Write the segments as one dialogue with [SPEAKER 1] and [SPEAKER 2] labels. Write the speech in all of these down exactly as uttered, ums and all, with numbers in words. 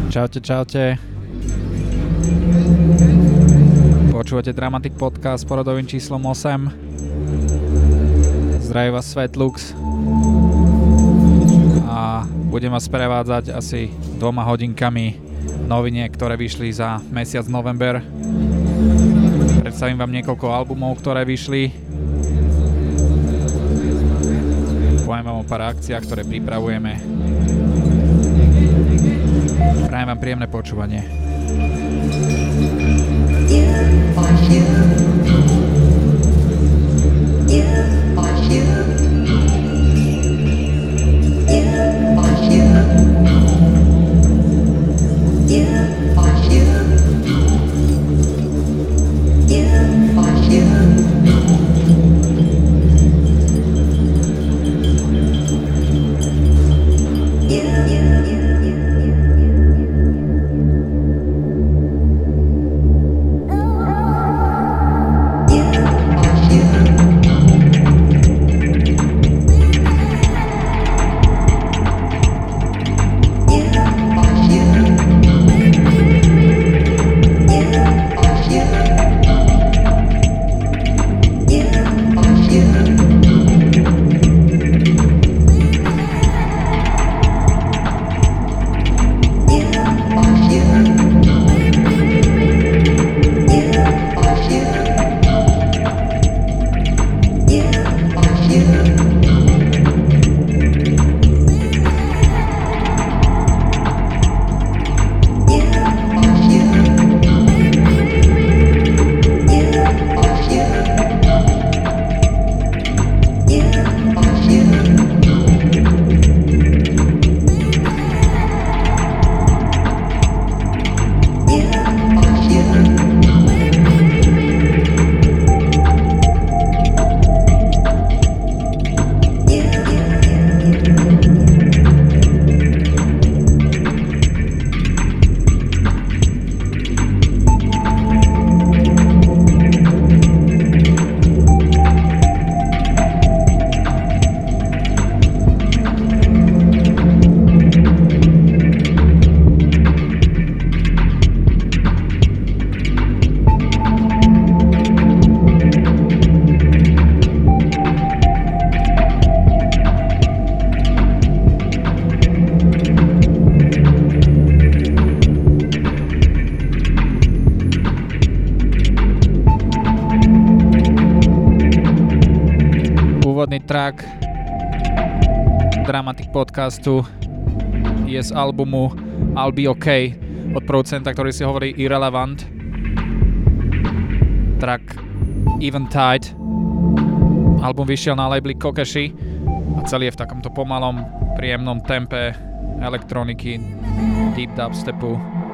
[SPEAKER 1] Čaute, čaute. Počúvate Dramatic Podcast s poradovým číslom osem. Zdraví vás Svetlux. A budem vás prevádzať asi dvoma hodinkami noviniek, ktoré vyšli za mesiac november. Predstavím vám niekoľko albumov, ktoré vyšli. Poviem vám o pár akciách, ktoré pripravujeme. Prajem vám príjemné počúvanie. Track Dramatic Podcastu je z albumu I'll Be OK od producenta, ktorý si hovorí Irrelevant. Track Eventide. Album vyšiel na labeli Kokeshi a celý je v takomto pomalom, príjemnom tempe elektroniky, deep dubstepu.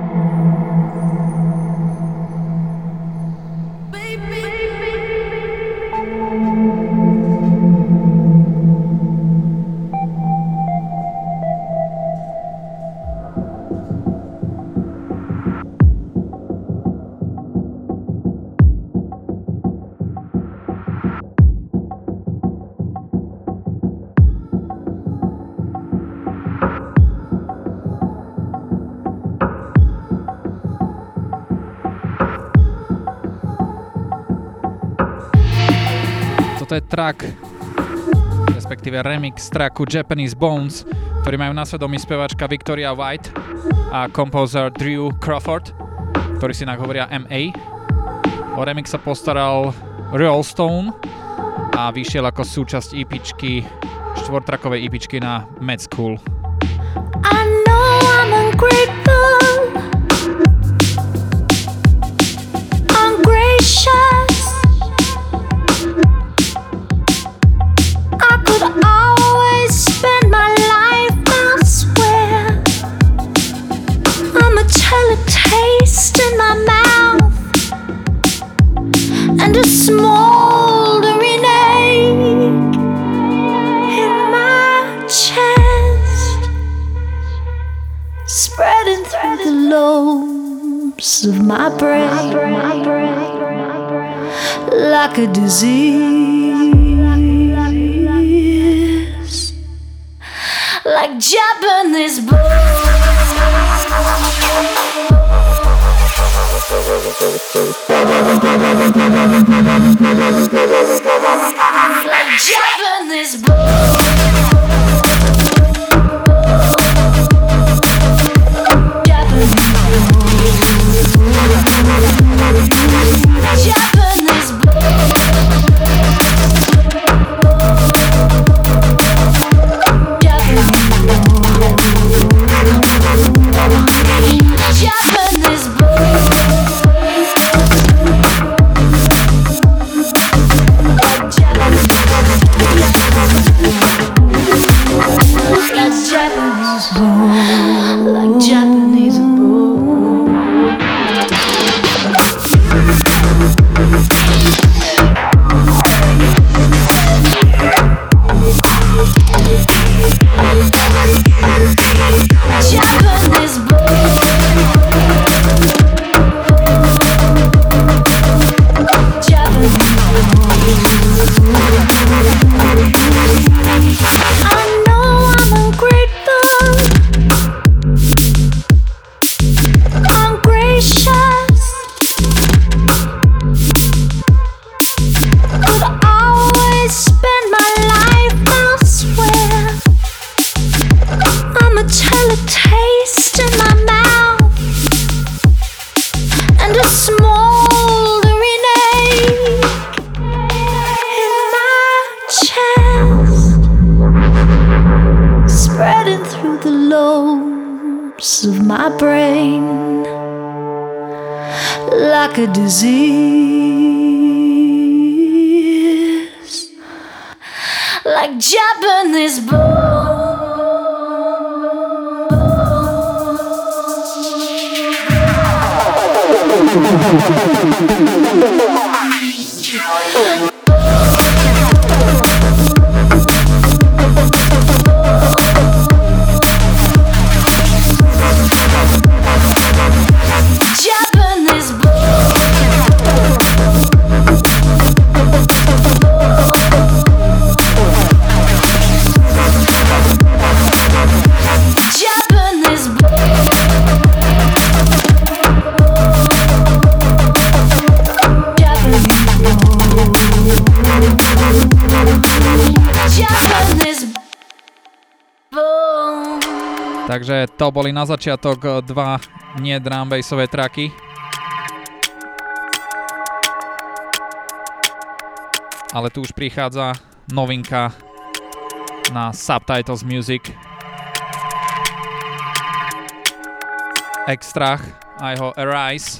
[SPEAKER 1] Toto je track, respektíve remix tracku Japanese Bones, ktorý majú na svedomí spevačka Victoria White a kompozer Drew Crawford, ktorý si inak hovoria em á. O remix sa postaral Rollstone a vyšiel ako súčasť EPčky, štvortrackovej EPčky na Med School.
[SPEAKER 2] I know I'm ungrateful, ungracious. Taste in my mouth and a smoldering ache in my chest, spreading through the lobes of my brain like a disease, like Japanese bones. Japanese boy. Japanese like Japanese boy. Japanese of my brain like a disease, like Japanese bone.
[SPEAKER 1] Takže to boli na začiatok dva nie drum bassové tracky. Ale tu už prichádza novinka na Subtitles Music. Extrach a jeho Arise.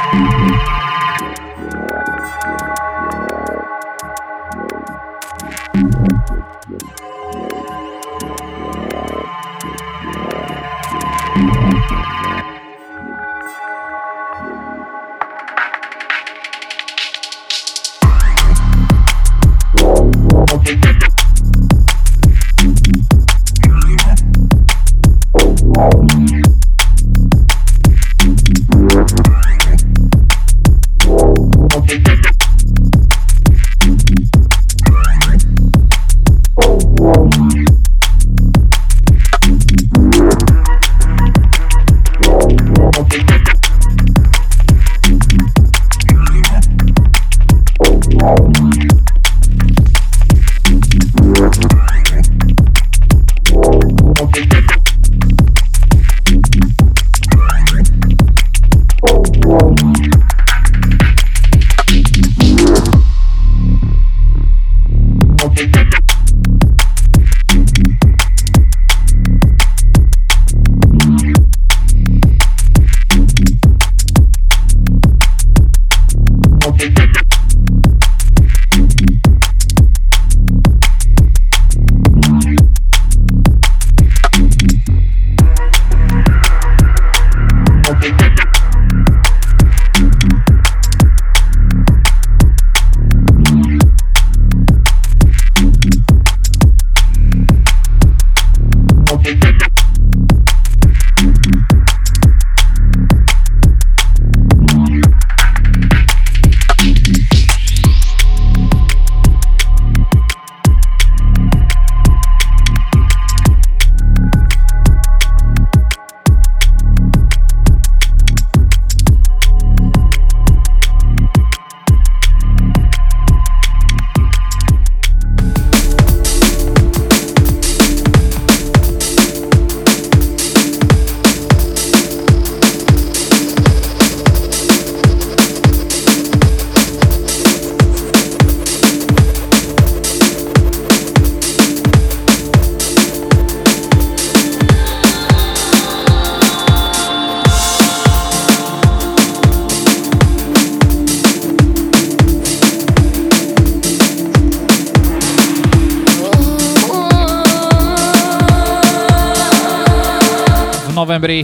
[SPEAKER 1] novembri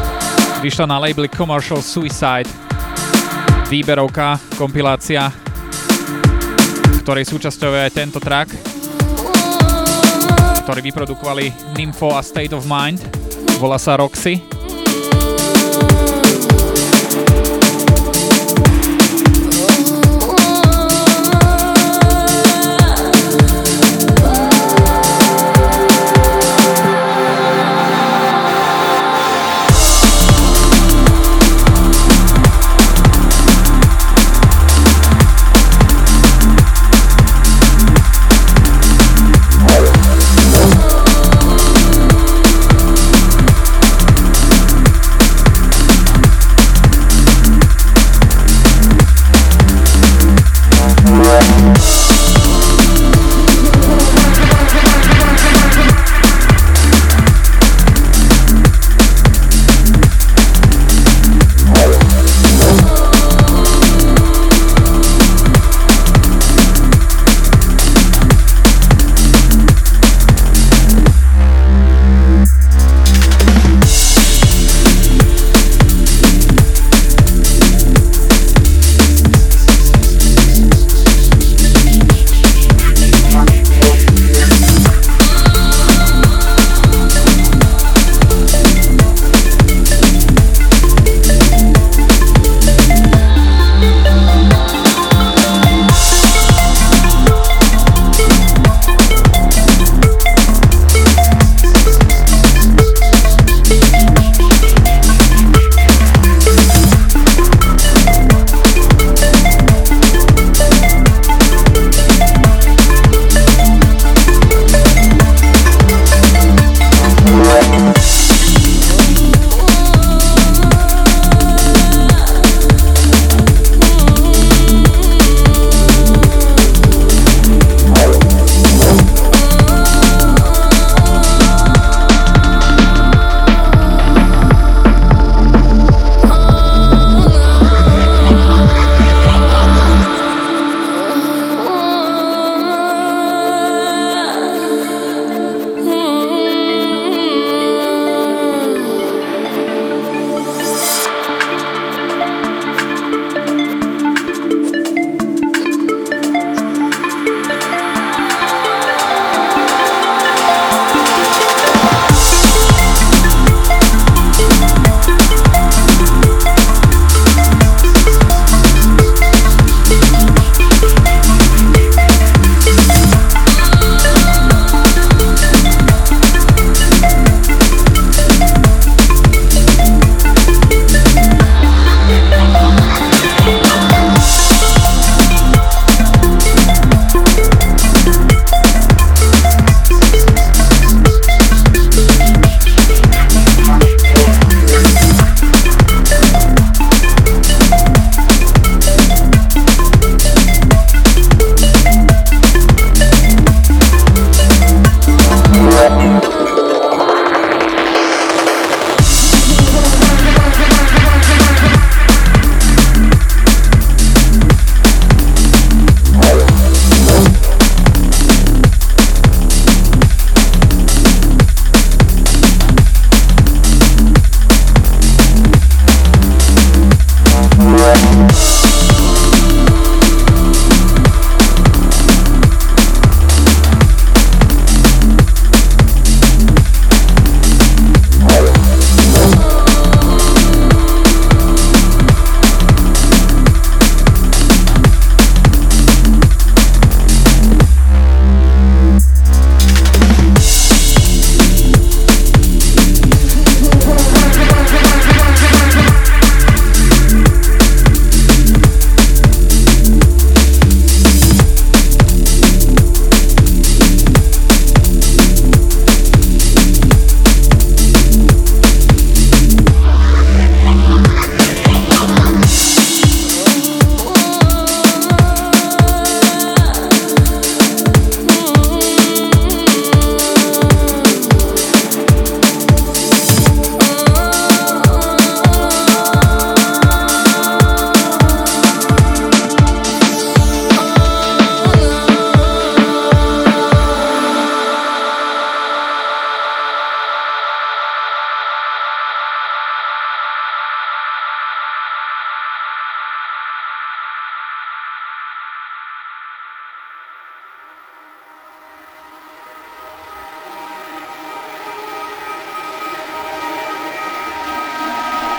[SPEAKER 1] vyšla na labeli Commercial Suicide výberovka, kompilácia, ktorej súčasťou je aj tento track, ktorý vyprodukovali Nympho a State of Mind, volá sa Roxy.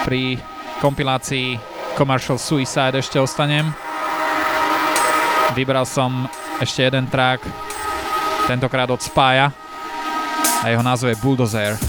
[SPEAKER 1] pri kompilácii Commercial Suicide ešte ostanem. Vybral som ešte jeden track, tentokrát od Spája a jeho názov je Bulldozer.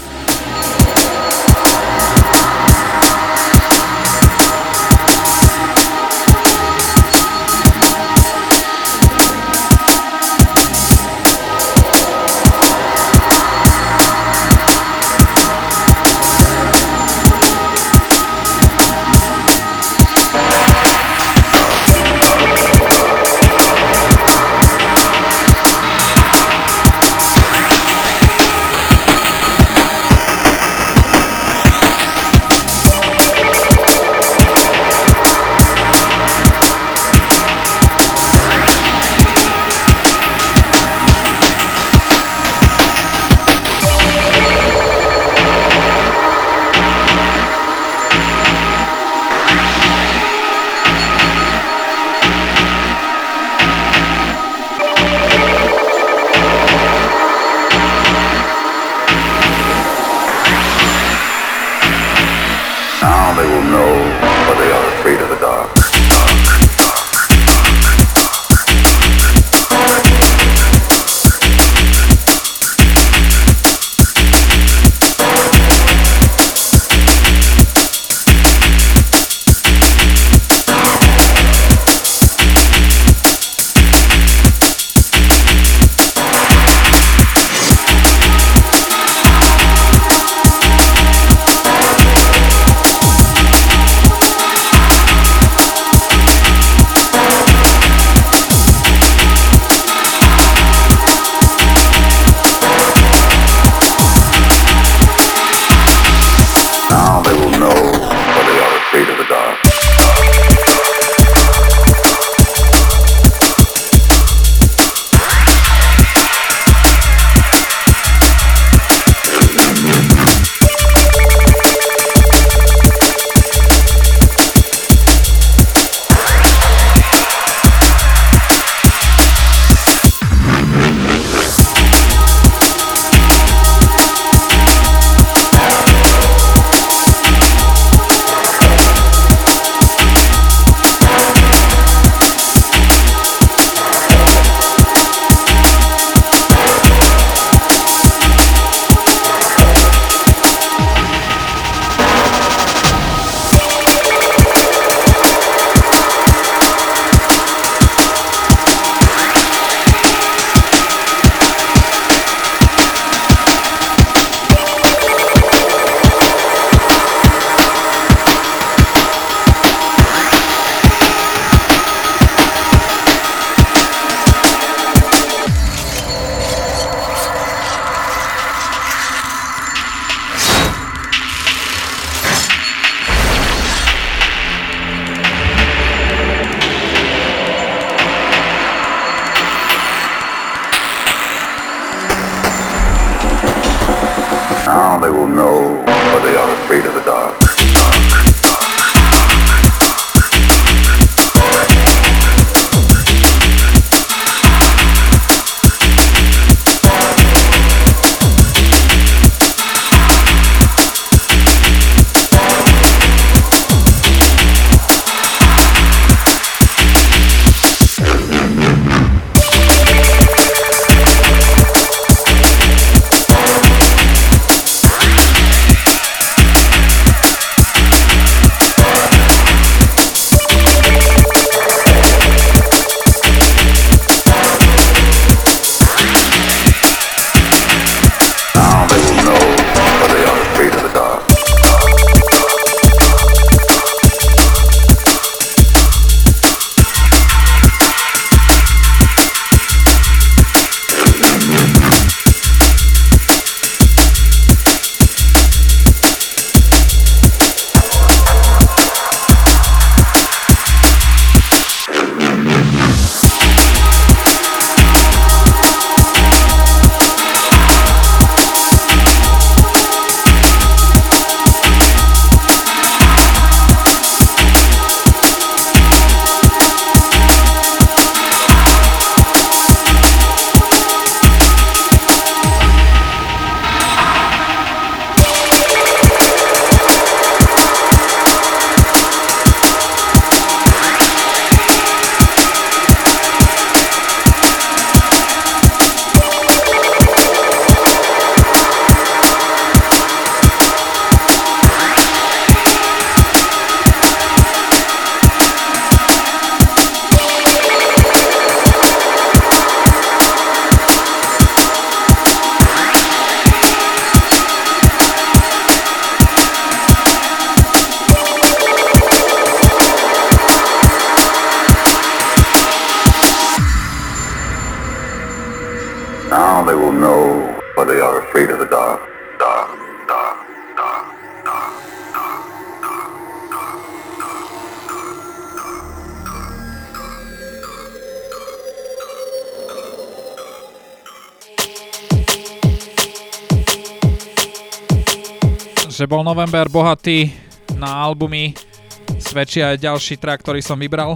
[SPEAKER 1] Že bol november bohatý na albumy, svedčí aj ďalší track, ktorý som vybral.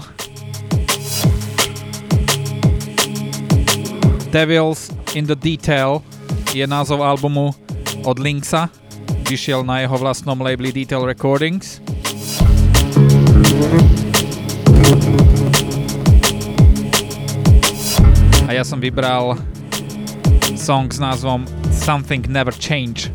[SPEAKER 1] Devils in the Detail je názov albumu od Linksa. Vyšiel na jeho vlastnom labeli Detail Recordings. A ja som vybral song s názvom Something Never Change.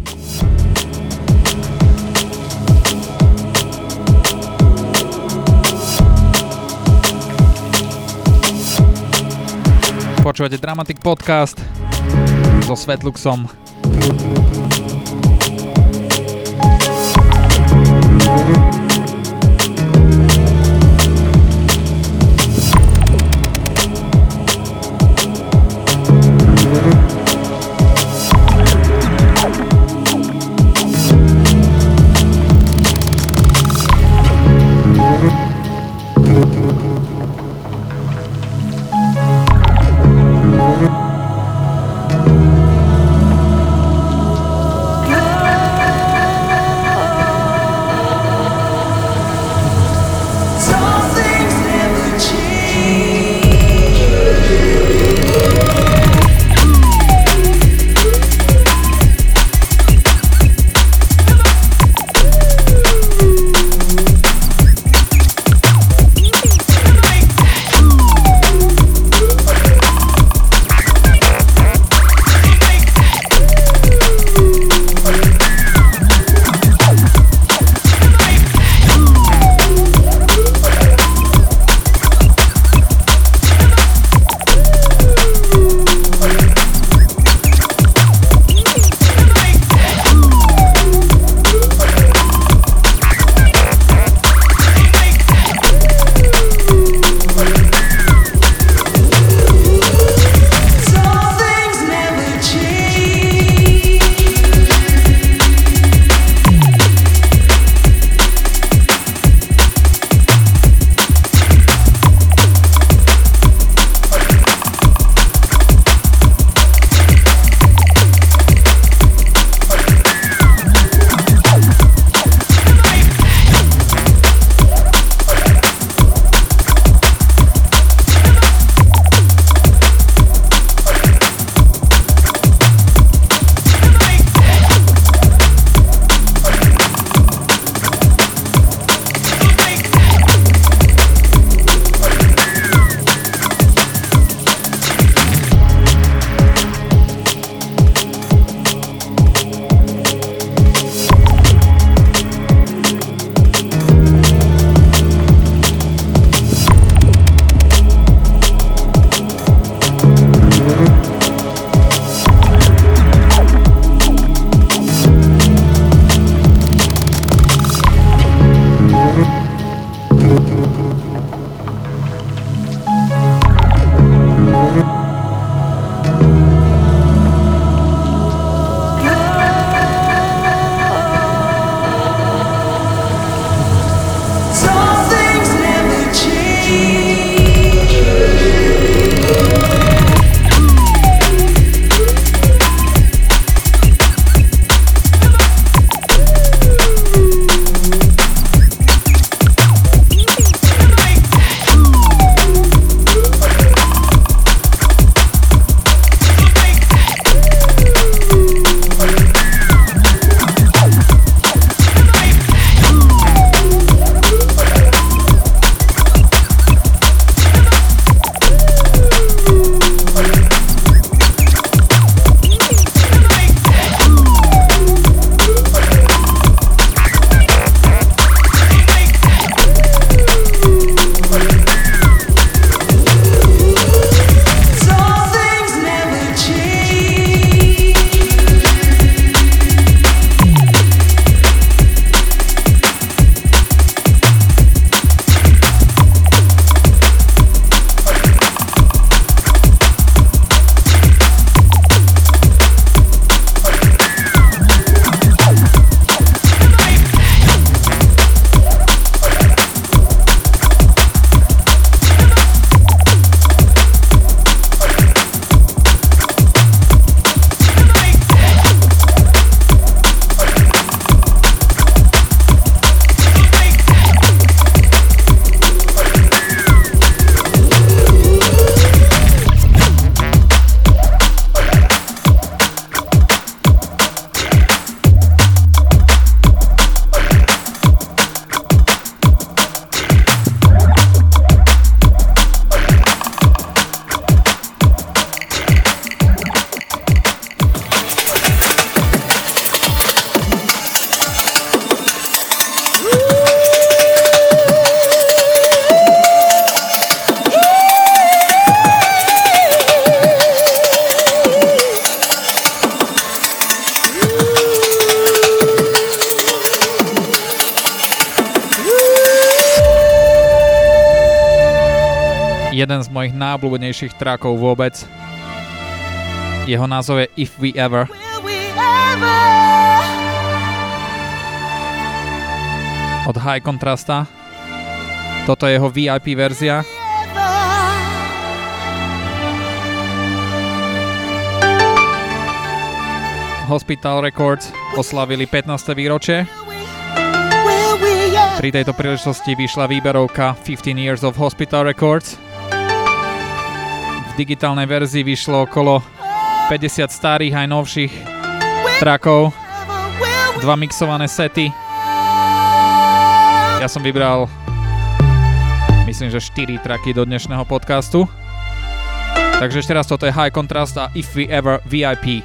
[SPEAKER 1] Počúvate Dramatic Podcast so Svetluxom. Jeden z mojich najobľúbenejších trackov vôbec. Jeho názov je If We Ever. Od High Contrasta. Toto je jeho vé í pé verzia. Hospital Records oslavili pätnáste výročie. Pri tejto príležitosti vyšla výberovka fifteen Years of Hospital Records. V digitálnej verzii vyšlo okolo päťdesiat starých aj novších trackov, dva mixované sety. Ja som vybral, myslím, že štyri tracky do dnešného podcastu. Takže ešte raz, toto je High Contrast a If We Ever vé í pé.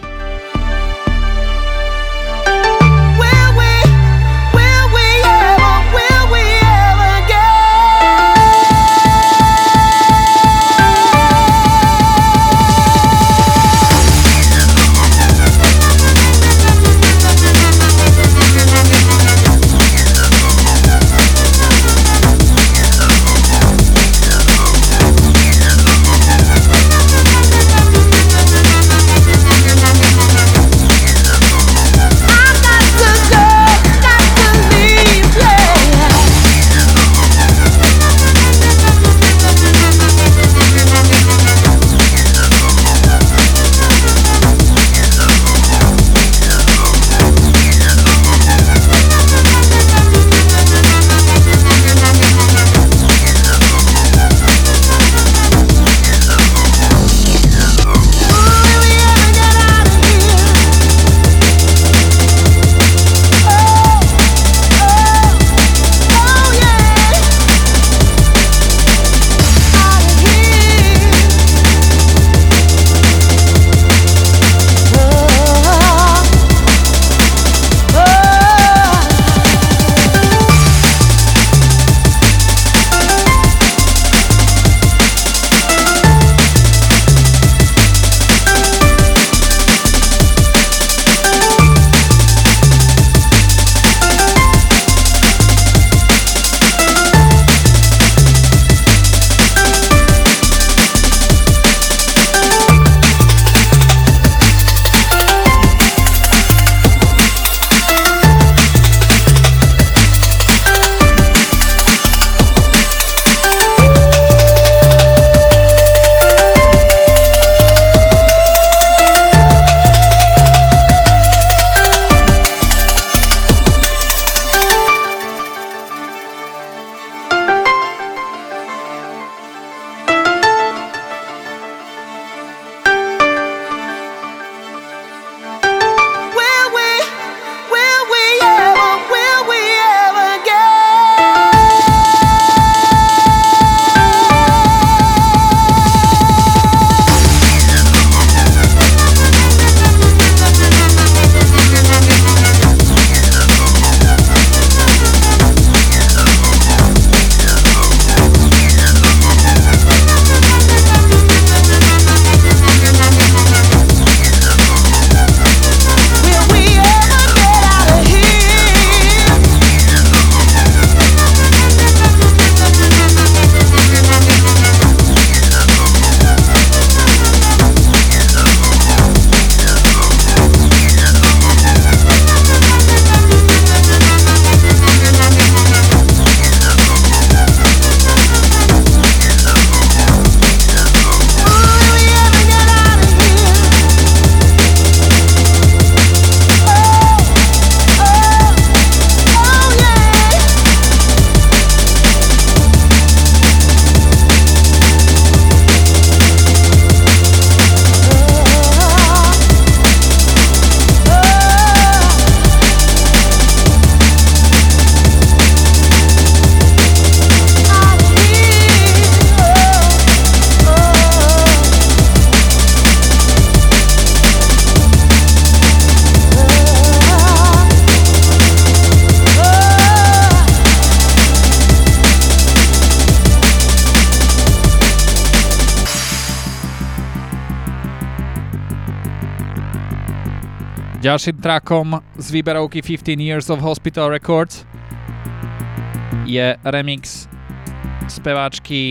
[SPEAKER 1] Ďalším trackom z výberovky fifteen Years of Hospital Records je remix speváčky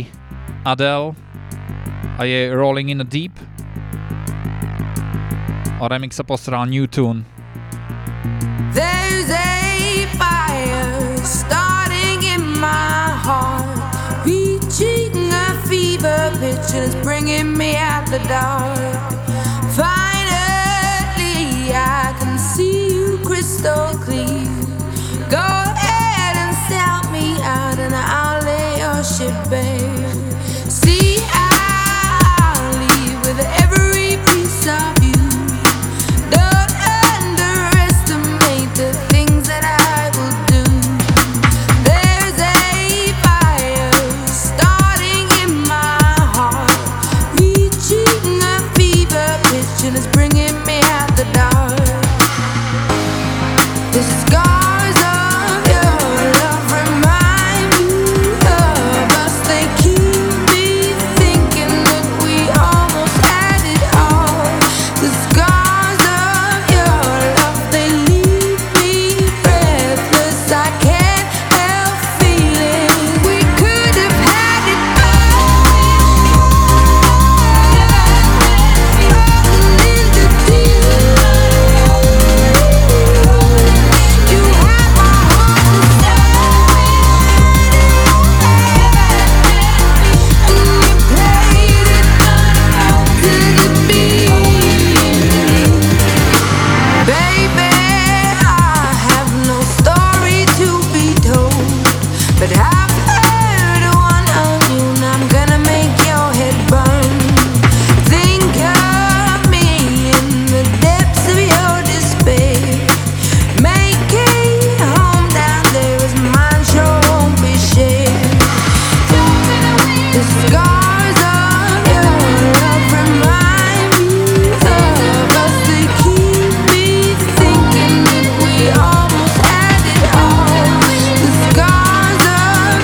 [SPEAKER 1] Adele a je Rolling in the Deep. O remix sa postaral New Tune.
[SPEAKER 3] There's a fire starting in my heart, reaching a fever pitch and it's bringing me out the dark. Finally I can see you crystal clear. Go ahead and sell me out and I'll lay your shit bare. See, I'll leave with every piece of you. Don't underestimate the things that I will do. There's a fire starting in my heart, reaching a fever pitch and it's bringing me out the dark. The scars of your love remind me of us. They keep me thinking that we almost had it all. The scars of your love, they leave me breathless. I can't help feeling we could have had it all. Rolling in the deep. You had my heart and you played it to the beat. Baby, I have no story to be told, but I've heard one of you and I'm gonna make your head burn. Think of me in the depths of your despair. Make it home down there as mine sure won't be shared. The scars of your love remind me of us. They keep me thinking that we almost had it all. The scars of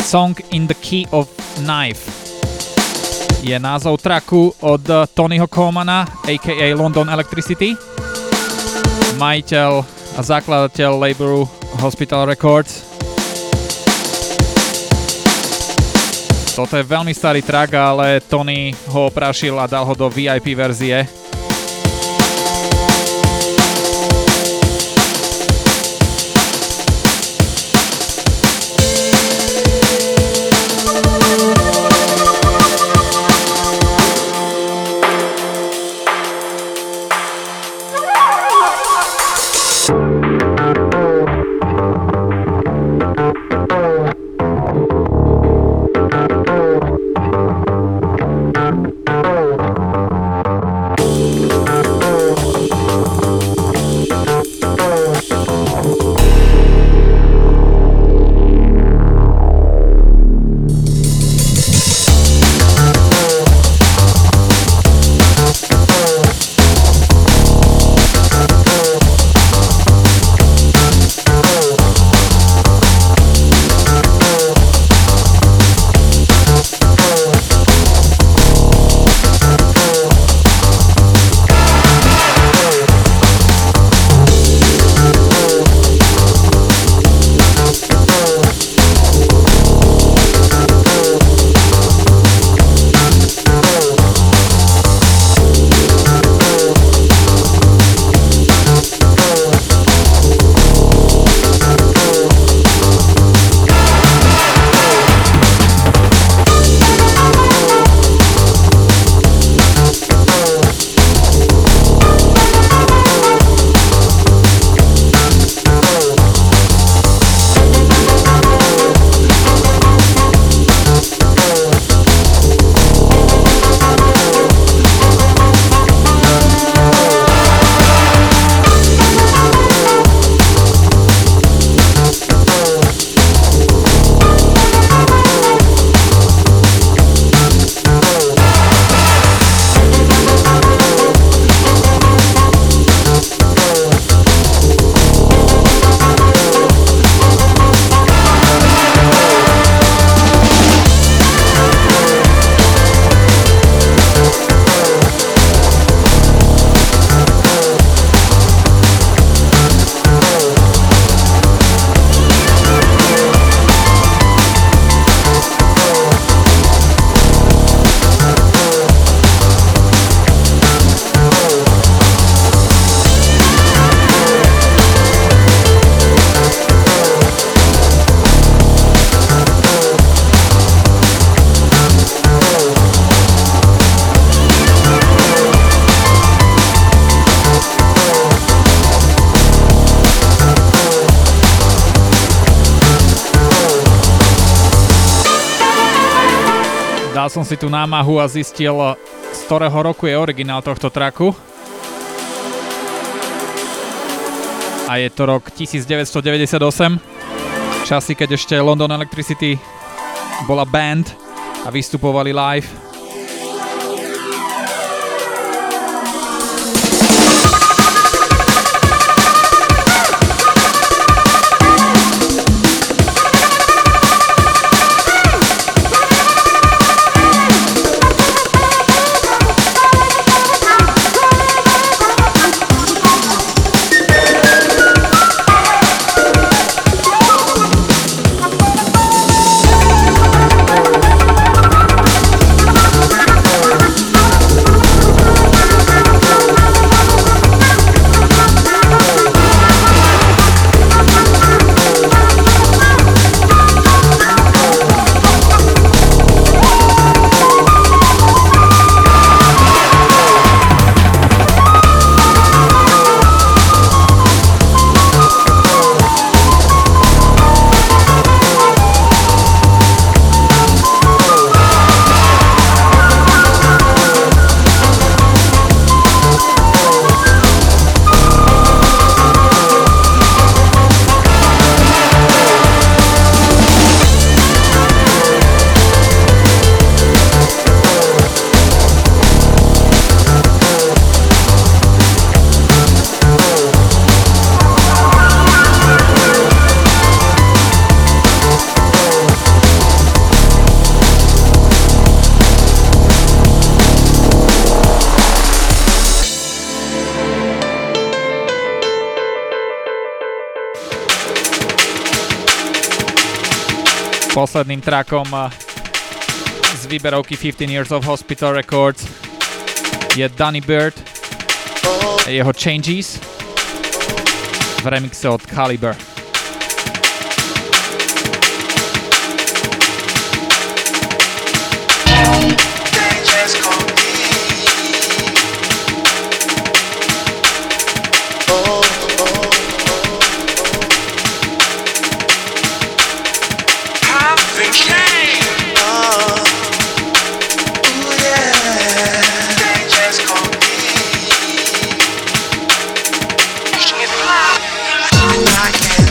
[SPEAKER 1] Song in the Key of Knife je názov tracku od Tonyho Colemana, a ká a. London Electricity, majiteľ a zakladateľ labelu Hospital Records. Toto je veľmi starý track, ale Tony ho oprášil a dal ho do vé í pé verzie. Dal som si tú námahu a zistil, z ktorého roku je originál tohto tracku. A je to rok devätnásťstodeväťdesiatosem. Časy, keď ešte London Electricity bola band a vystupovali live.
[SPEAKER 3] Bye.
[SPEAKER 1] Posledným trackom z výberovky fifteen Years of Hospital Records je Danny Bird a jeho Changes v remixe od Caliber.
[SPEAKER 3] I can't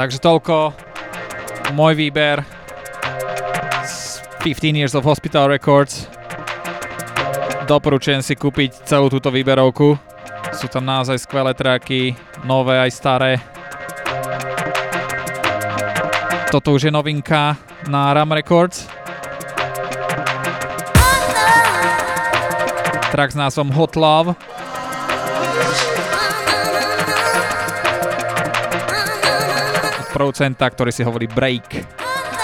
[SPEAKER 1] Takže toľko môj výber z fifteen Years of Hospital Records. Doporučujem si kúpiť celú túto výberovku. Sú tam naozaj skvelé tracky, nové aj staré. Toto už je novinka na Ram Records. Track s názvom Hot Love. Od producenta, ktorý si hovorí Break.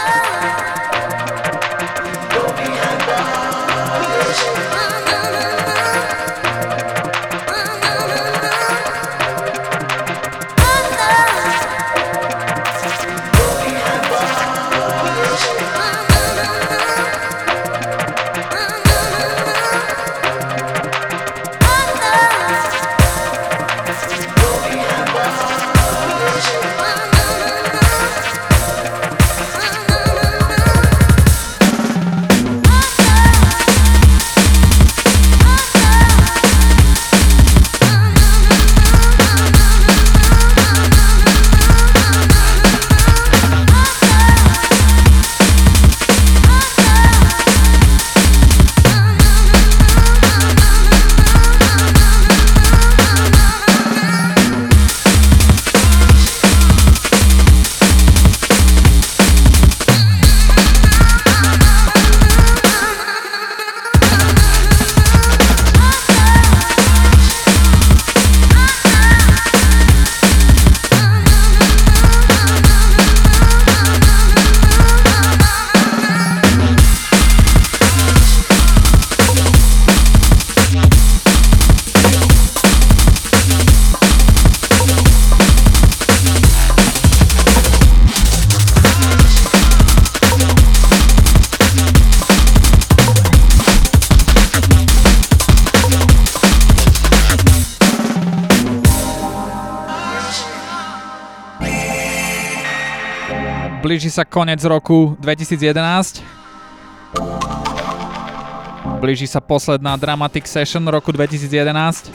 [SPEAKER 1] Blíži sa koniec roku dvetisícjedenásť. Blíži sa posledná Dramatic Session roku dvetisícjedenásť.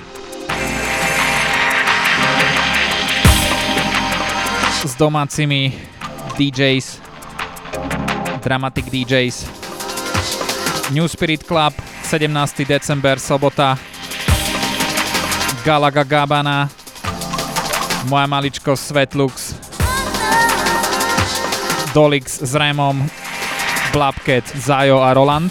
[SPEAKER 1] S domácimi dí džejs, Dramatic dí džejs. New Spirit Club, sedemnásteho december, sobota. Galaga Gabana, moja maličko Svetlux, Dolix s Remom, Blabcat, Zajo a Roland.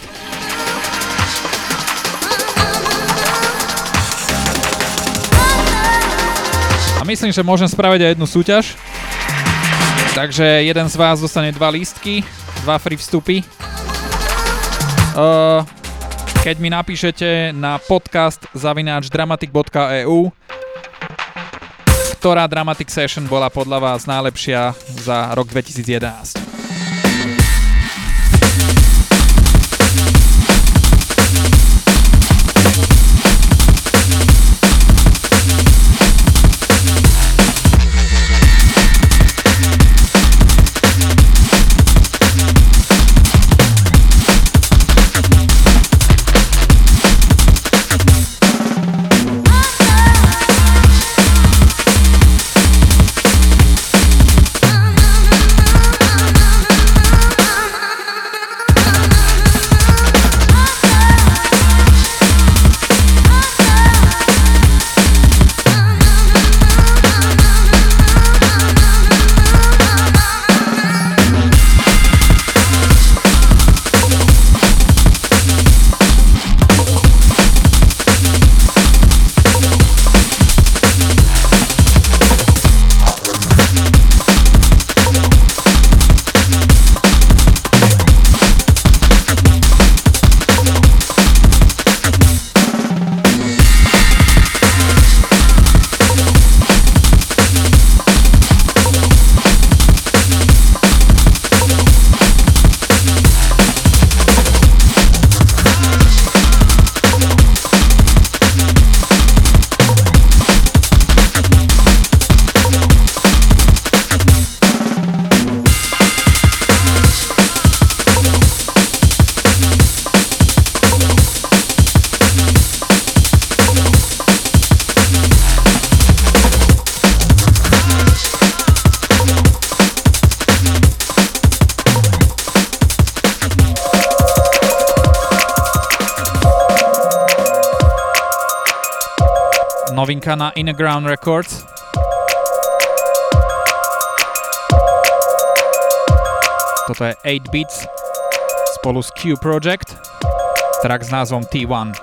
[SPEAKER 1] A myslím, že môžem spraviť aj jednu súťaž. Takže jeden z vás dostane dva lístky, dva free vstupy. Uh, keď mi napíšete na podcast zavináč dramatik bodka e u, ktorá Dramatic Session bola podľa vás najlepšia za rok dvetisícjedenásť.
[SPEAKER 3] Thank you.
[SPEAKER 1] Novinka na Inner Ground Records. Toto je eight Beats spolu s Q Project. Track s názvom T one.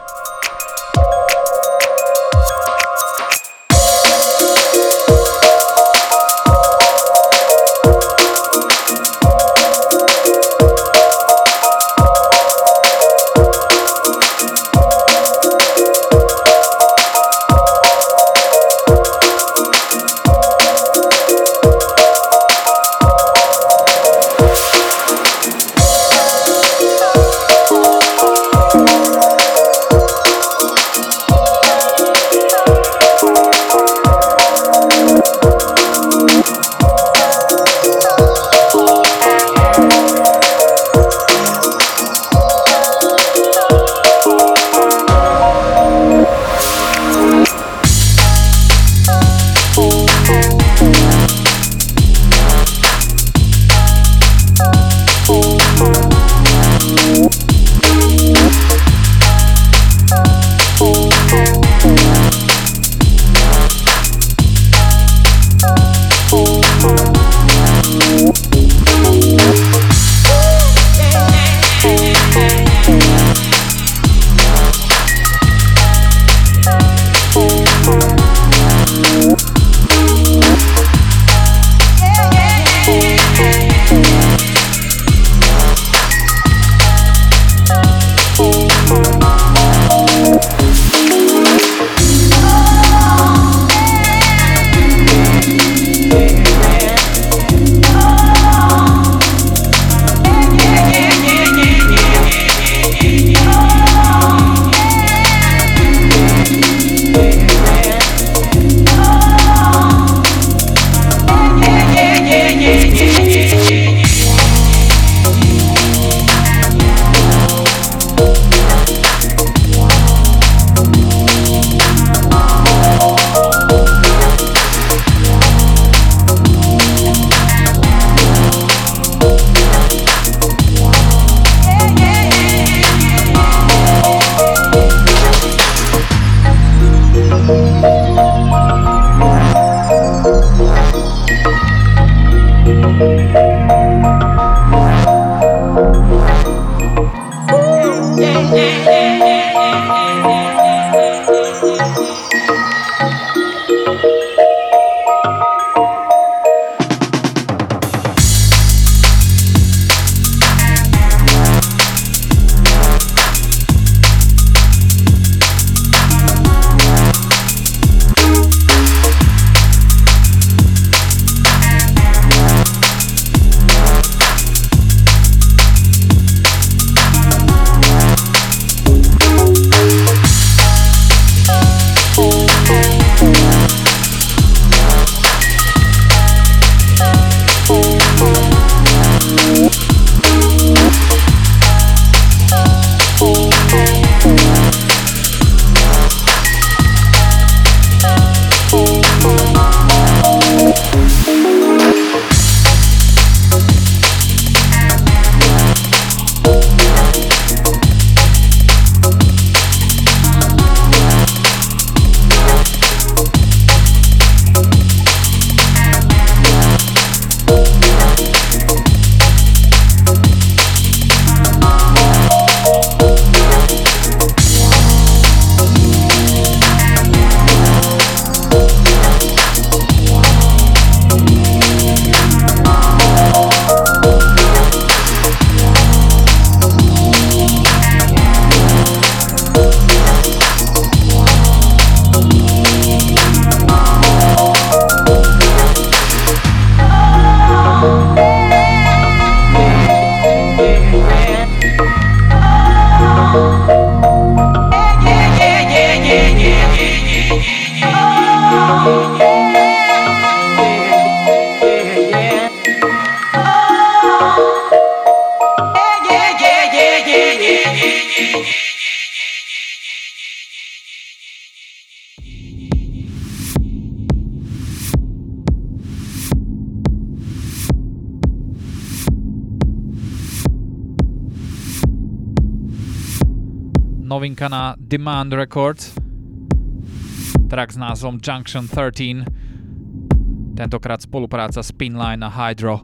[SPEAKER 1] Novinka na Demand Records. track s názvom Junction thirteen, tentokrát spolupráca Spinline a Hydro.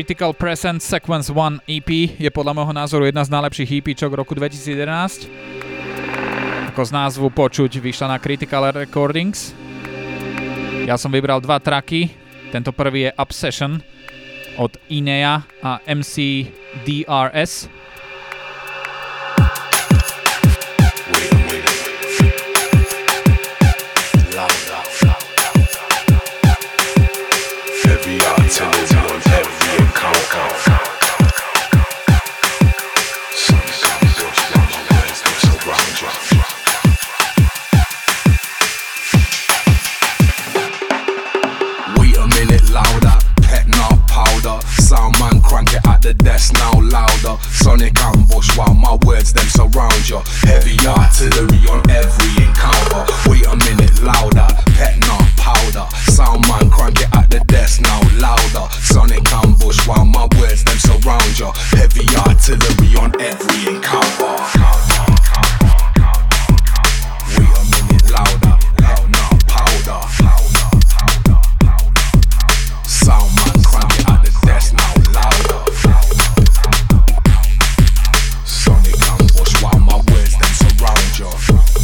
[SPEAKER 1] Critical Present Sequence one é pé je podľa môjho názoru jedna z najlepších EPčok roku dvetisíc jedenásť. Ako z názvu počuť, vyšla na Critical Recordings. Ja som vybral dva tracky. Tento prvý je Obsession od Inea a em cé dé er es.
[SPEAKER 4] Sonic ambush while my words them surround you. Heavy artillery on every encounter. Wait a minute, louder. Pet not powder. Sound man crank it at the desk now louder. Sonic ambush while my words them surround you. Heavy artillery on every encounter. Wait a minute, louder. Pet not powder. Sound man crank it at the desk now louder. While my words then surround you.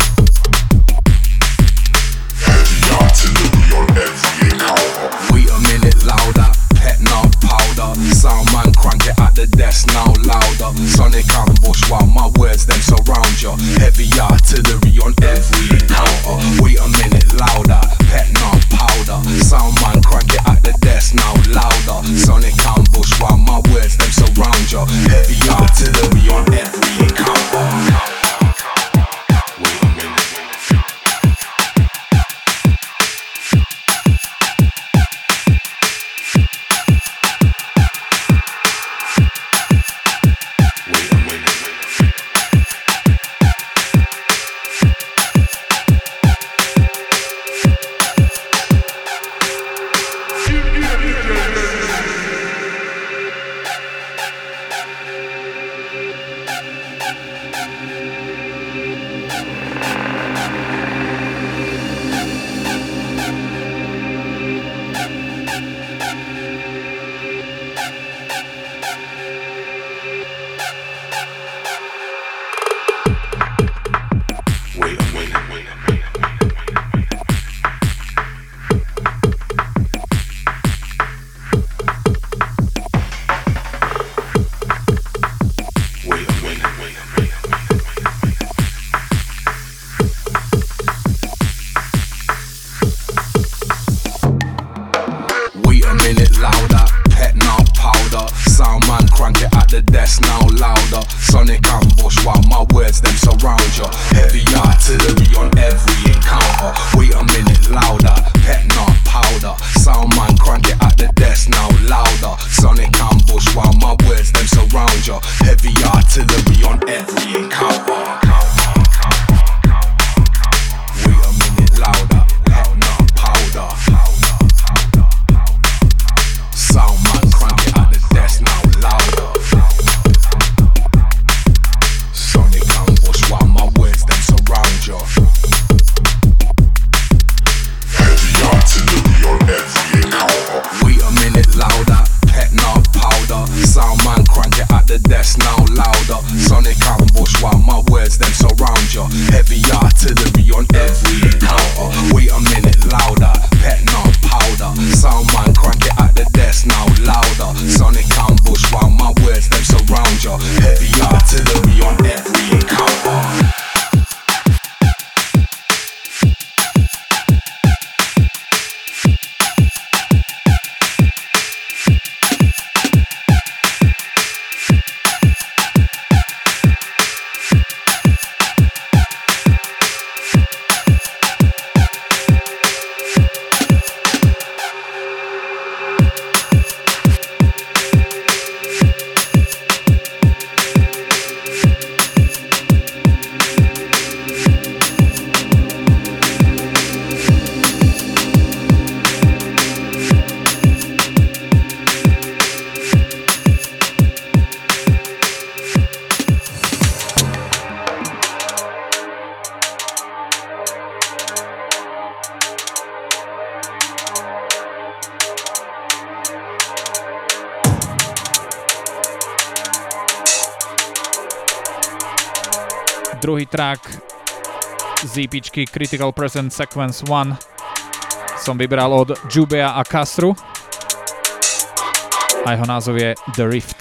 [SPEAKER 4] Heavy artillery on every encounter. Wait a minute, louder. Pet now powder. Sound man crank it at the desk now louder. Sonic ambush while my words then surround you. Heavy artillery on every encounter. Wait a minute, louder. Pet now powder. Sound man crank it at the desk now louder. Sonic ambush while my words then surround you. Heavy artillery on every encounter.
[SPEAKER 1] druhý track z EPčky Critical Present Sequence one som vybral od Jubea a Castru a jeho názov je The Rift.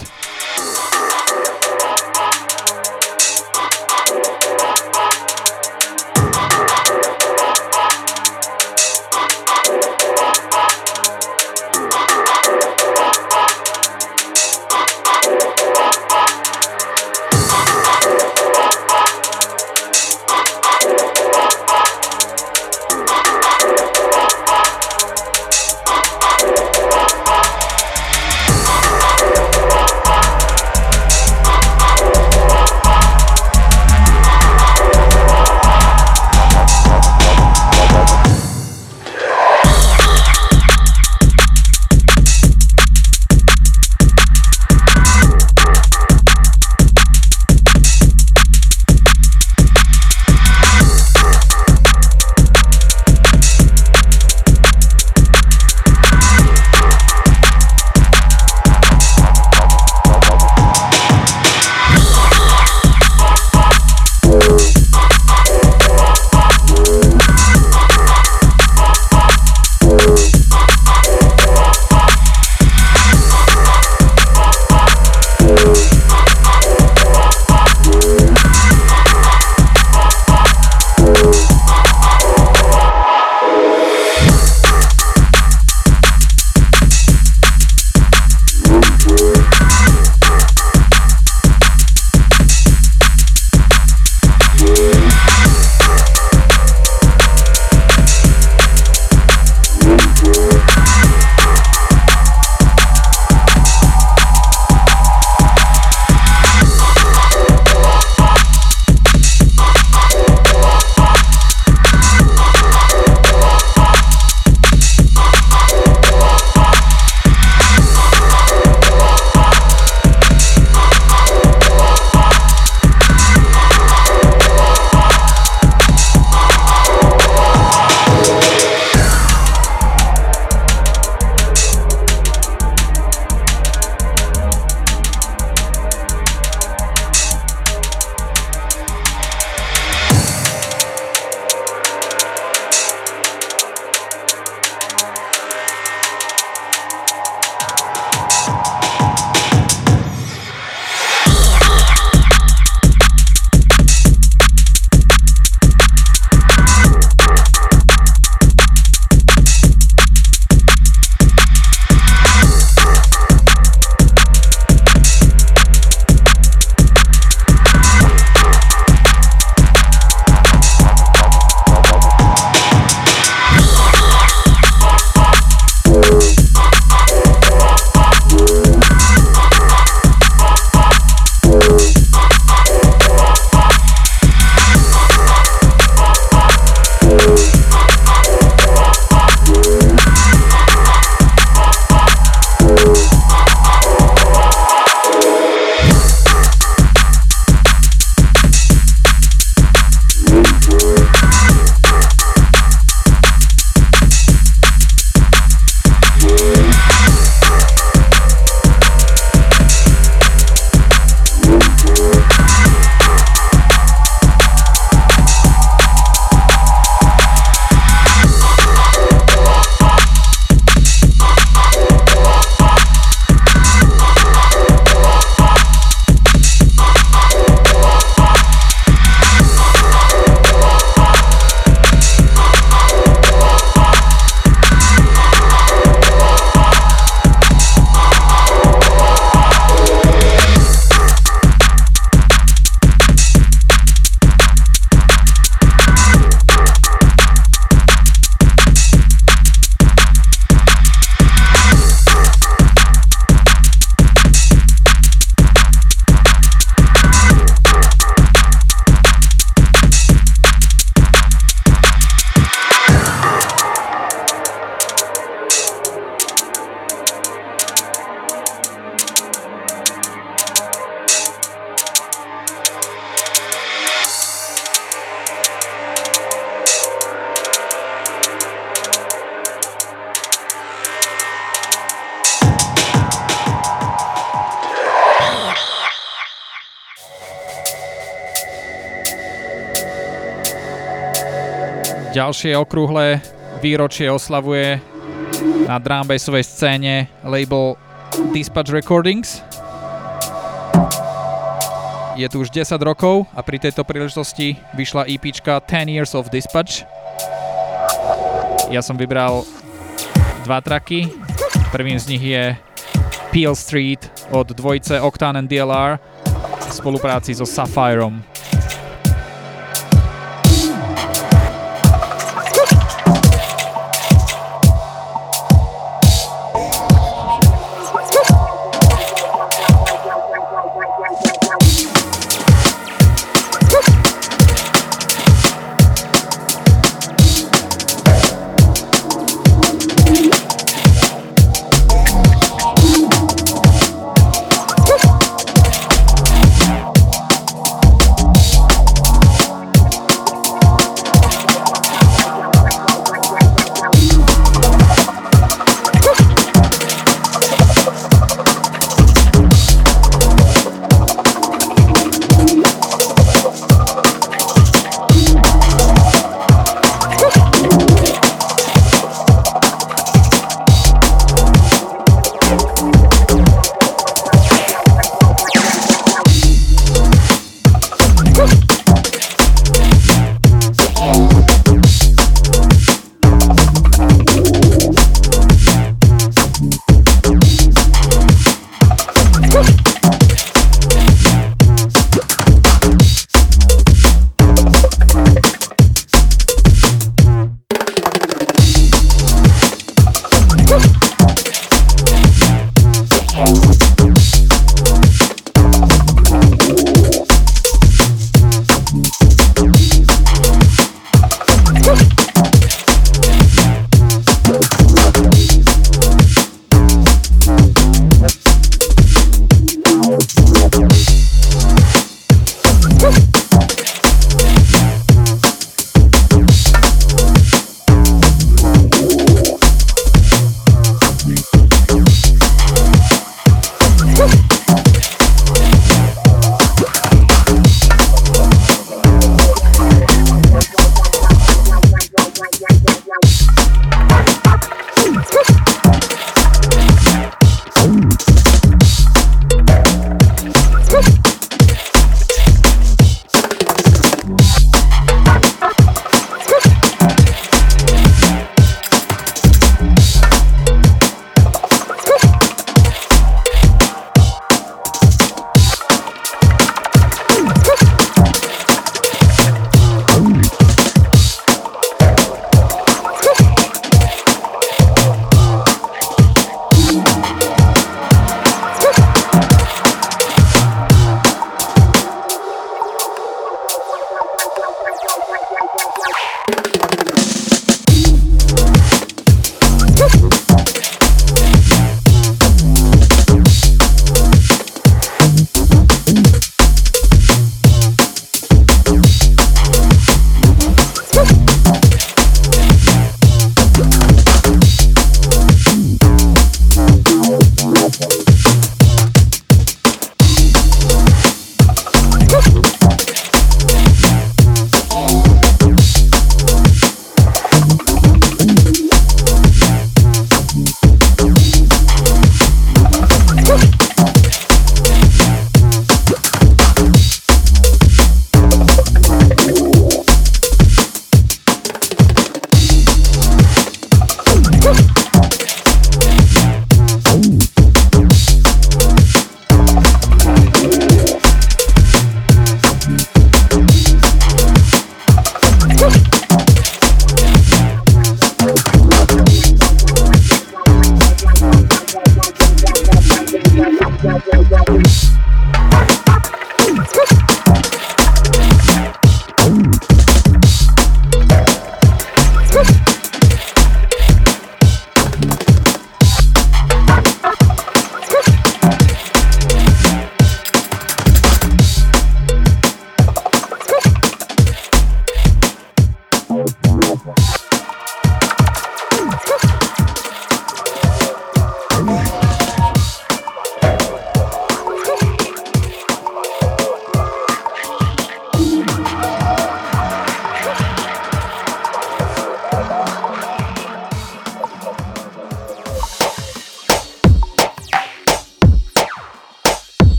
[SPEAKER 1] Ďalšie okrúhle výročie oslavuje na drumbassovej scéne label Dispatch Recordings. Je tu už desať rokov a pri tejto príležitosti vyšla EPčka ten years of Dispatch. Ja som vybral dva tracky. Prvým z nich je Peel Street od dvojice Octane and D L R v spolupráci so Sapphirom.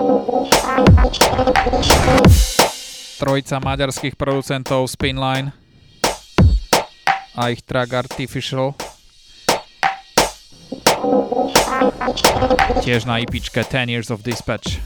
[SPEAKER 1] Trojica maďarských producentov Spinline a ich track Artificial. Tiež na IPčke ten years of Dispatch.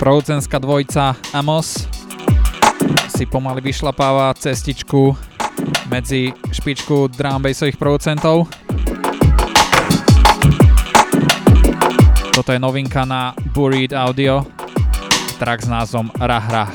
[SPEAKER 1] producentská dvojica Amos si pomaly vyšlapáva cestičku medzi špičku drum bassových producentov. Toto je novinka na Buried Audio, track s názvom Rah Rah.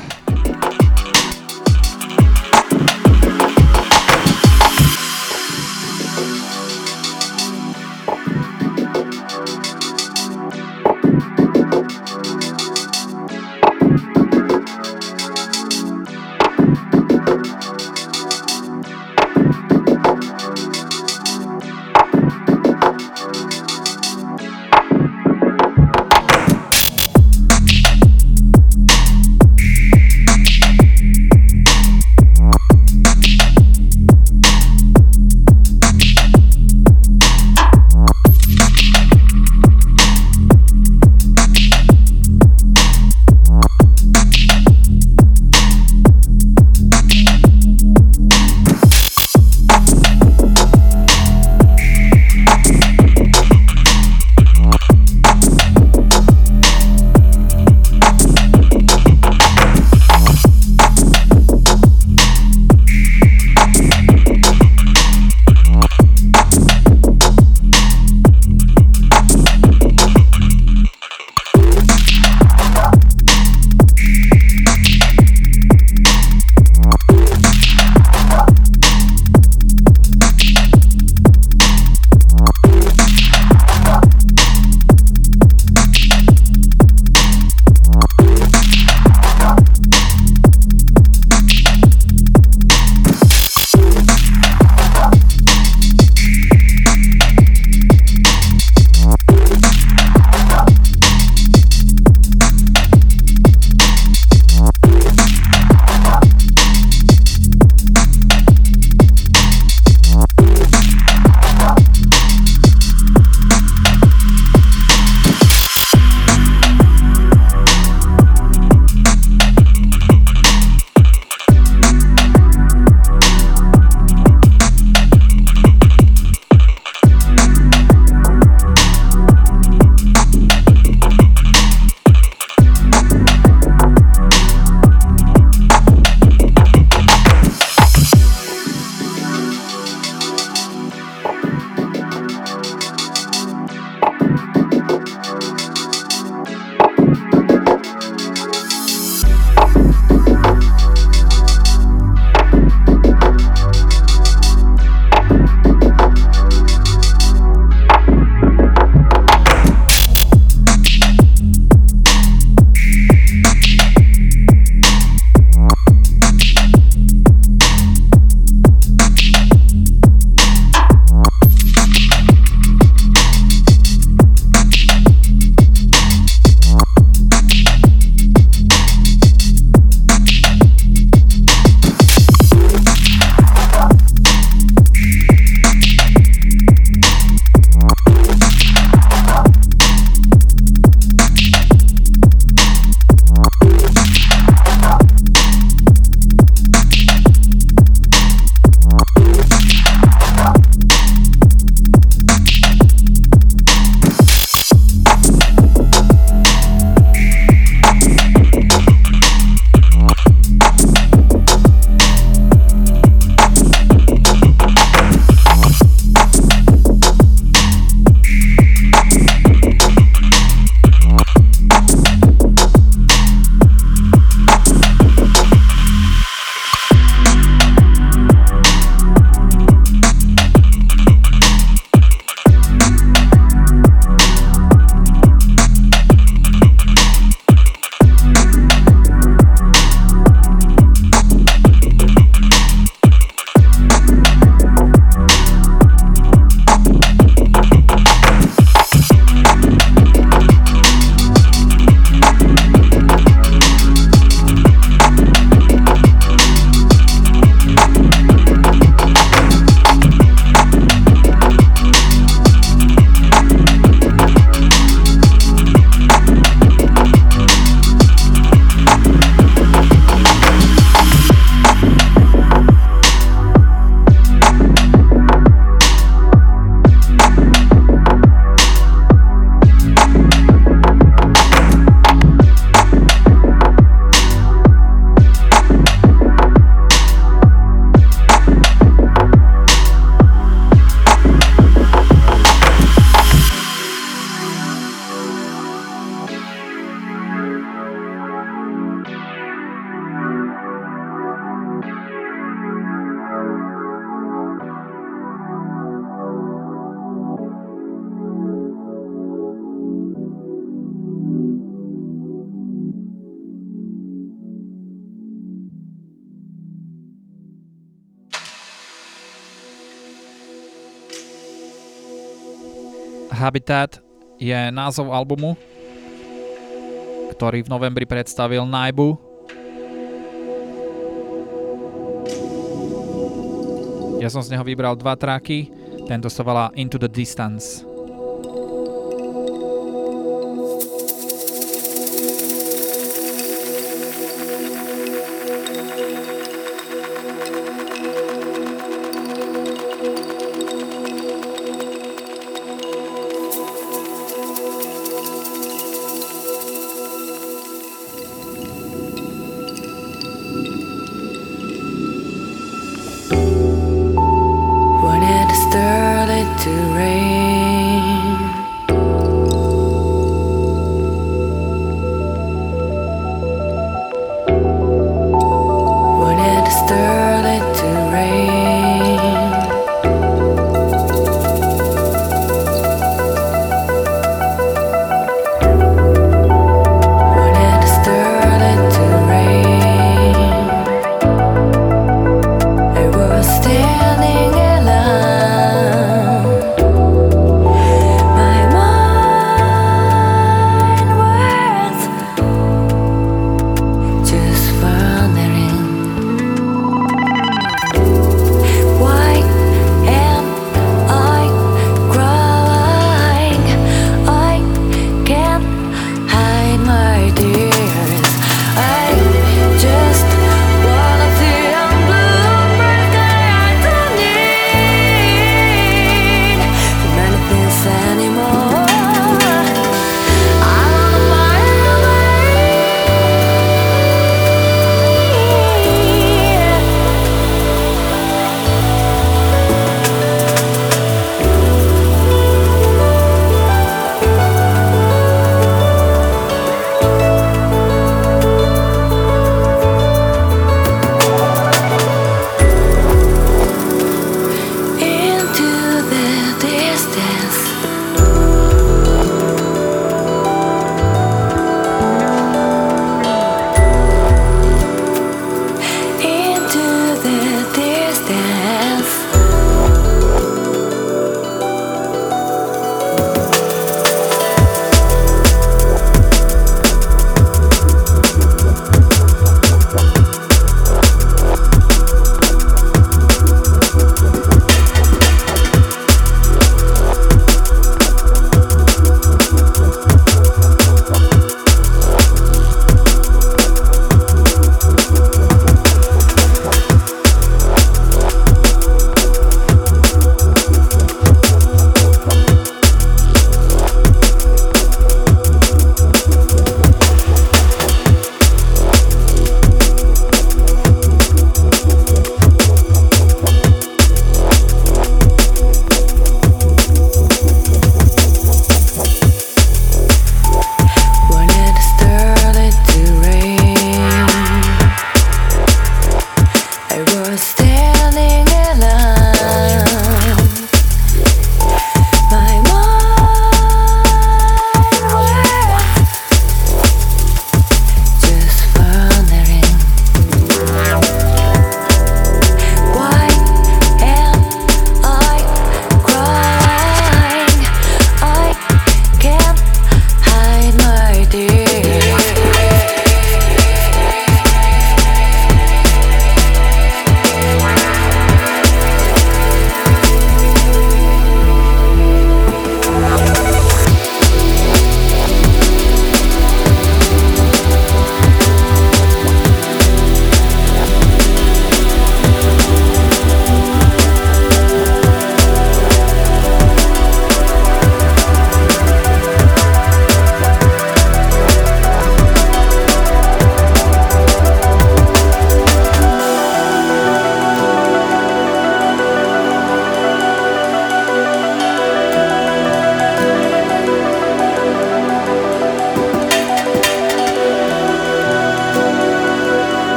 [SPEAKER 1] Habitat je názov albumu, ktorý v novembri predstavil Naibu. Ja som z neho vybral dva tracky, tento sa volá Into the Distance.
[SPEAKER 3] When it started to rain,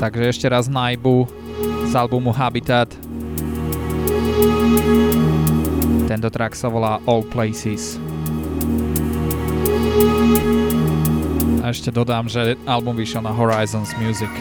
[SPEAKER 1] Takže ešte raz Naibu z albumu Habitat. Tento track sa volá All Places. A ešte dodám, že album vyšiel na Horizons Music.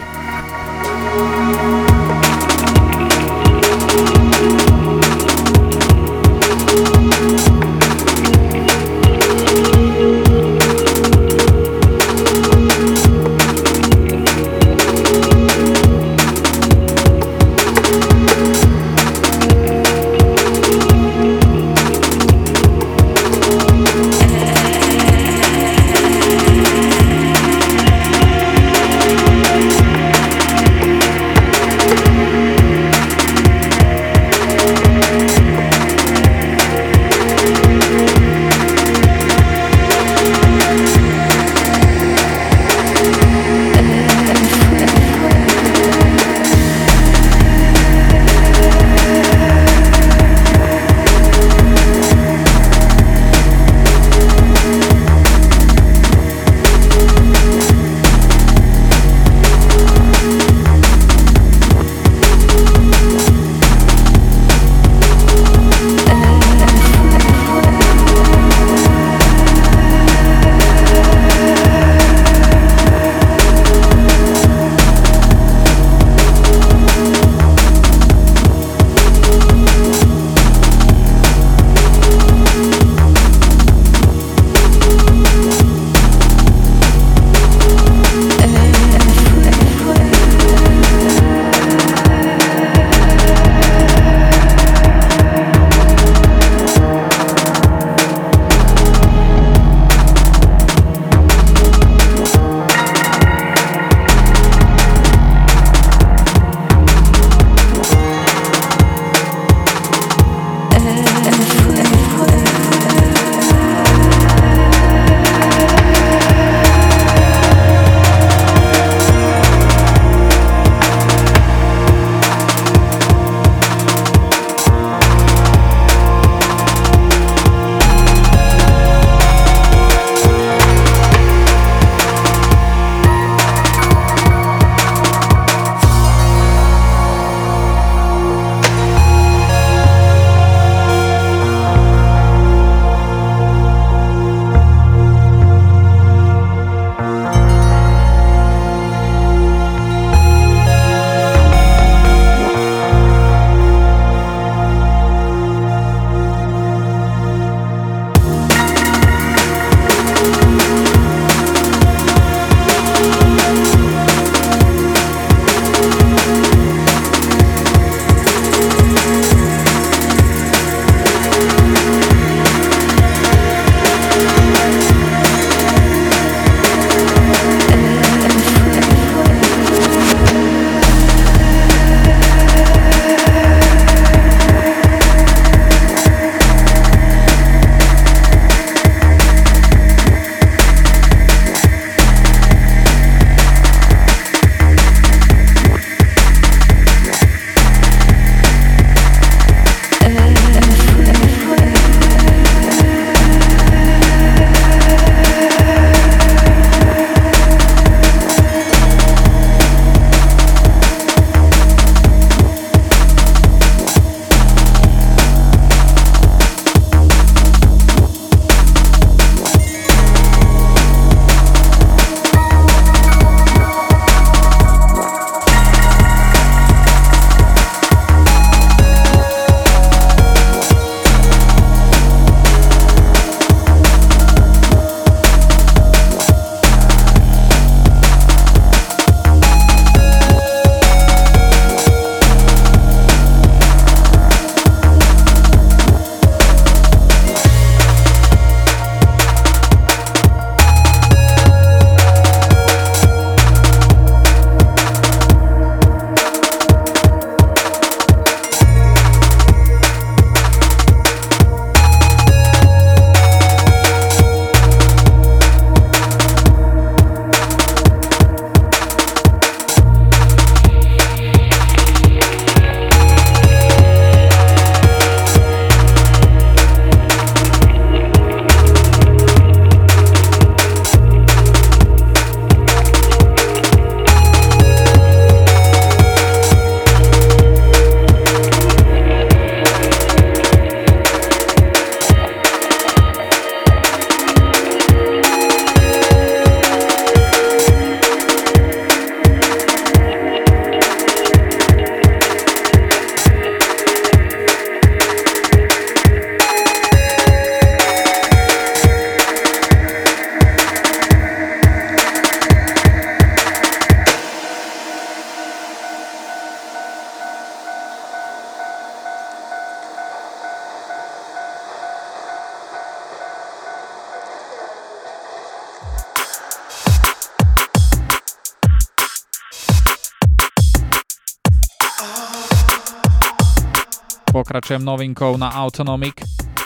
[SPEAKER 1] Pokračujem novinkou na Autonomic.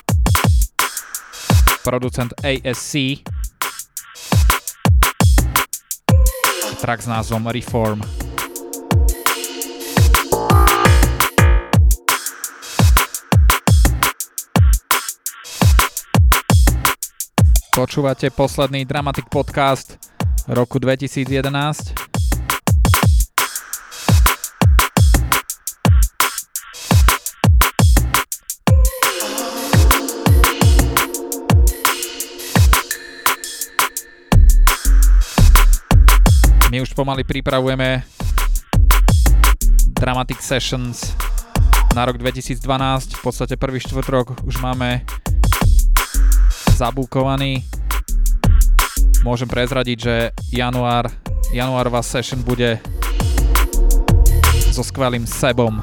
[SPEAKER 1] Producent A S C. Track s názvom Reform. Počúvate posledný Dramatic Podcast roku dvetisícjedenásť. My už pomaly pripravujeme Dramatic Sessions na rok dvetisícdvanásť. V podstate prvý štvrtok už máme zabukovaný. Môžem prezradiť, že január, januárová session bude so skvelým Sebom.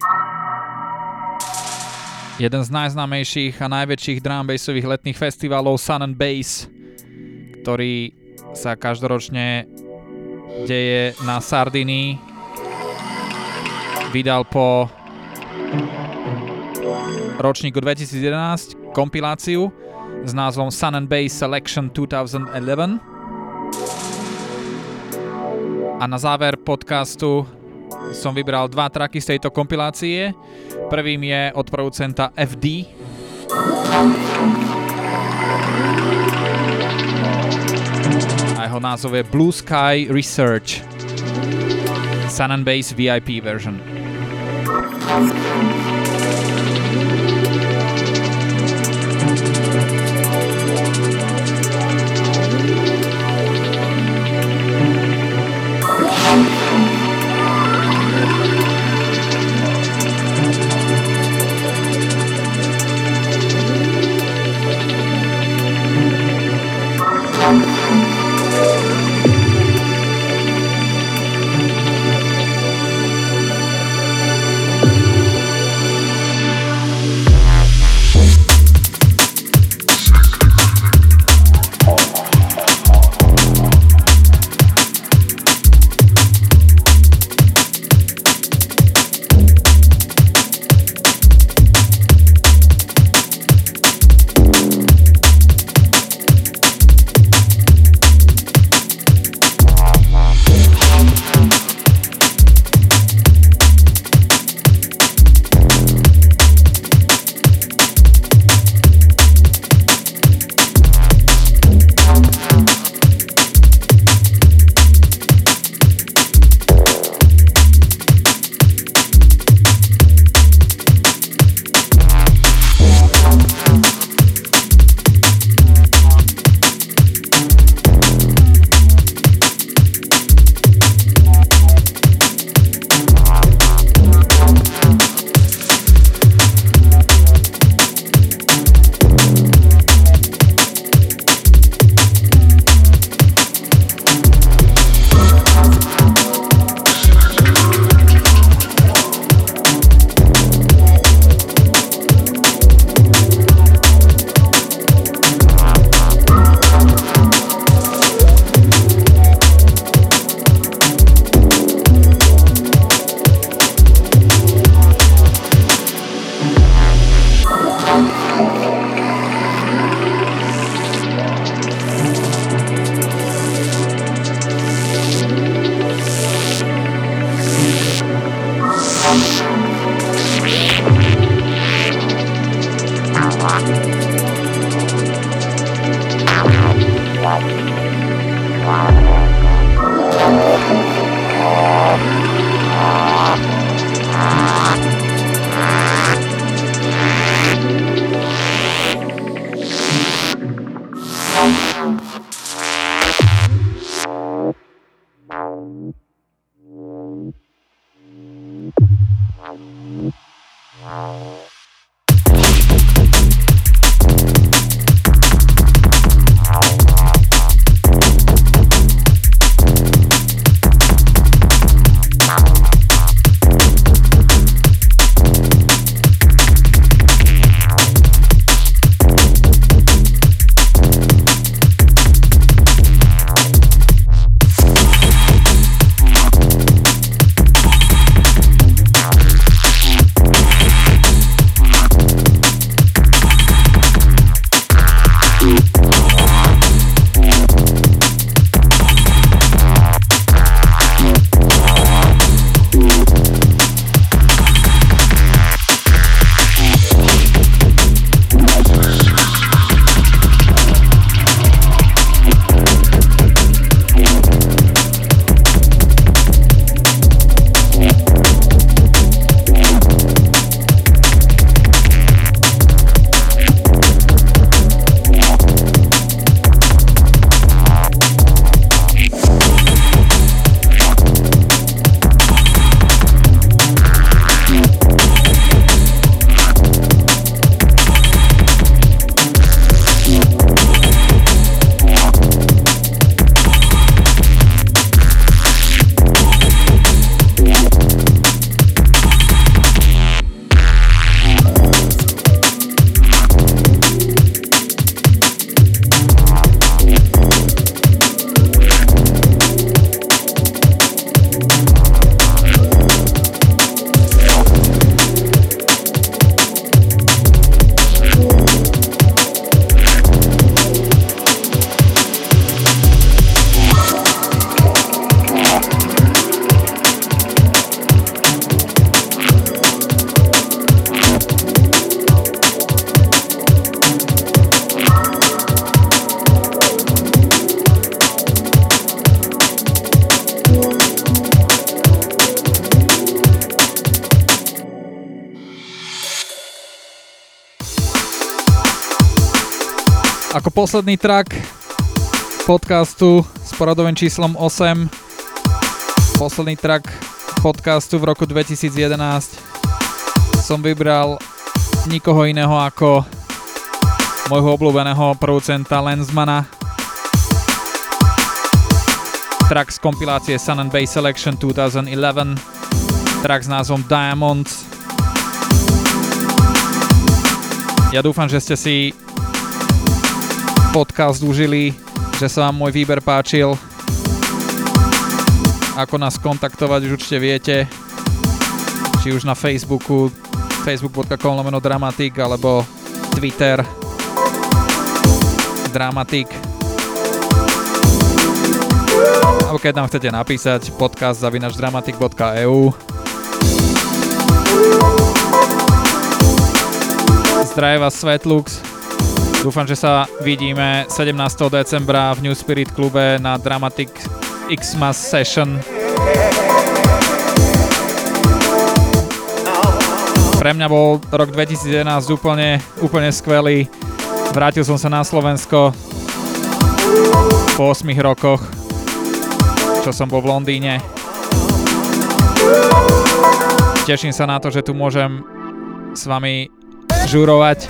[SPEAKER 1] Jeden z najznámejších a najväčších drum bassových letných festivalov Sun and Bass, ktorý sa každoročne deje na Sardinii, vydal po ročníku dvetisíc jedenásť kompiláciu s názvom Sun and Bass Selection dvetisíc jedenásť. A na záver podcastu som vybral dva tracky z tejto kompilácie. Prvým je od producenta ef dé. A jeho názov je Blue Sky Research. Sun and Bass vé í pé version. Ako posledný track podcastu s poradovým číslom osem, posledný track podcastu v roku dvetisíc jedenásť, som vybral nikoho iného ako môjho obľúbeného producenta Lenzmana. Track z kompilácie Sun and Bass Selection dvetisíc jedenásť, track s názvom Diamonds. Ja dúfam, že ste si podcast užili, že sa vám môj výber páčil. Ako nás kontaktovať, už určite viete, či už na Facebooku facebook.com lomeno Dramatik alebo Twitter Dramatik, alebo keď nám chcete napísať podcast zavináč dramatik bodka e u. Zdraví vás Svetlux. Dúfam, že sa vidíme sedemnásteho decembra v New Spirit klube na Dramatic Xmas Session. Pre mňa bol rok dvetisíc jedenásť úplne, úplne skvelý. Vrátil som sa na Slovensko po ôsmich rokoch, čo som bol v Londýne. Teším sa na to, že tu môžem s vami žurovať.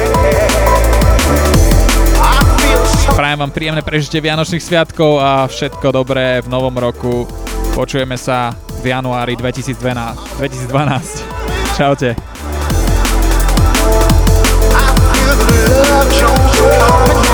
[SPEAKER 1] Prajem vám príjemné prežitie Vianočných sviatkov a všetko dobré v novom roku. Počujeme sa v januári dvetisíc dvanásť. Čaute.
[SPEAKER 5] I feel the love